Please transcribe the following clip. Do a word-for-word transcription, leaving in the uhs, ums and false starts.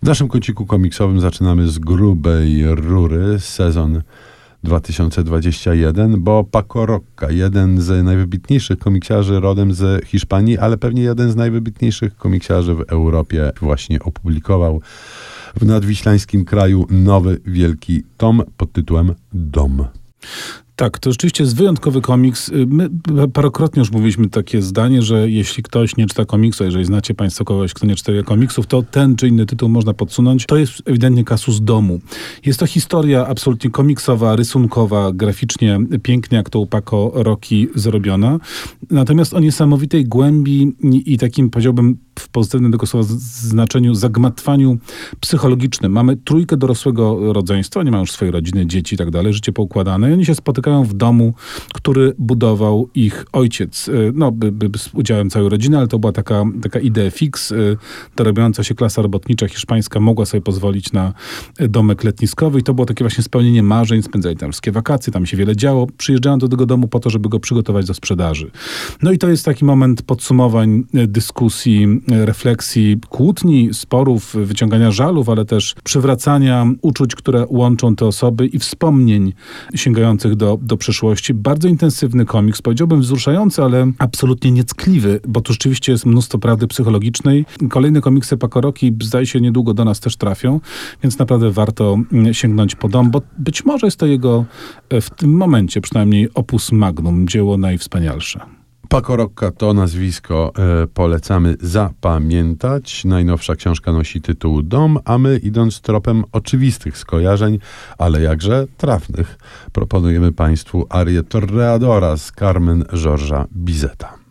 naszym kąciku komiksowym zaczynamy z grubej rury, sezon dwa tysiące dwudziesty pierwszy, bo Paco Roca, jeden z najwybitniejszych komiksiarzy rodem z Hiszpanii, ale pewnie jeden z najwybitniejszych komiksiarzy w Europie, właśnie opublikował w nadwiślańskim kraju nowy, wielki tom pod tytułem Dom. Tak, to rzeczywiście jest wyjątkowy komiks. My parokrotnie już mówiliśmy takie zdanie, że jeśli ktoś nie czyta komiksu, jeżeli znacie państwo kogoś, kto nie czyta komiksów, to ten czy inny tytuł można podsunąć. To jest ewidentnie kasus Domu. Jest to historia absolutnie komiksowa, rysunkowa, graficznie pięknie, jak to u Paco Rocci zrobiona. Natomiast o niesamowitej głębi i, i takim, powiedziałbym, w pozytywnym tego słowa znaczeniu zagmatwaniu psychologicznym. Mamy trójkę dorosłego rodzeństwa, nie mają już swojej rodziny, dzieci i tak dalej, życie poukładane i oni się spotykają w domu, który budował ich ojciec. No, by, by z udziałem całej rodziny, ale to była taka, taka idea fix. Dorobiąca się klasa robotnicza hiszpańska mogła sobie pozwolić na domek letniskowy i to było takie właśnie spełnienie marzeń. Spędzali tam wszystkie wakacje, tam się wiele działo. Przyjeżdżają do tego domu po to, żeby go przygotować do sprzedaży. No i to jest taki moment podsumowań, dyskusji, refleksji, kłótni, sporów, wyciągania żalów, ale też przywracania uczuć, które łączą te osoby i wspomnień sięgających do, do przeszłości. Bardzo intensywny komiks, powiedziałbym wzruszający, ale absolutnie nieckliwy, bo tu rzeczywiście jest mnóstwo prawdy psychologicznej. Kolejne komiksy Paco Rocci, zdaje się, niedługo do nas też trafią, więc naprawdę warto sięgnąć po Dom, bo być może jest to jego w tym momencie przynajmniej opus magnum, dzieło najwspanialsze. Paco Roca to nazwisko e, polecamy zapamiętać. Najnowsza książka nosi tytuł Dom, a my, idąc tropem oczywistych skojarzeń, ale jakże trafnych, proponujemy Państwu arię Toreadora z Carmen Georgesa Bizeta.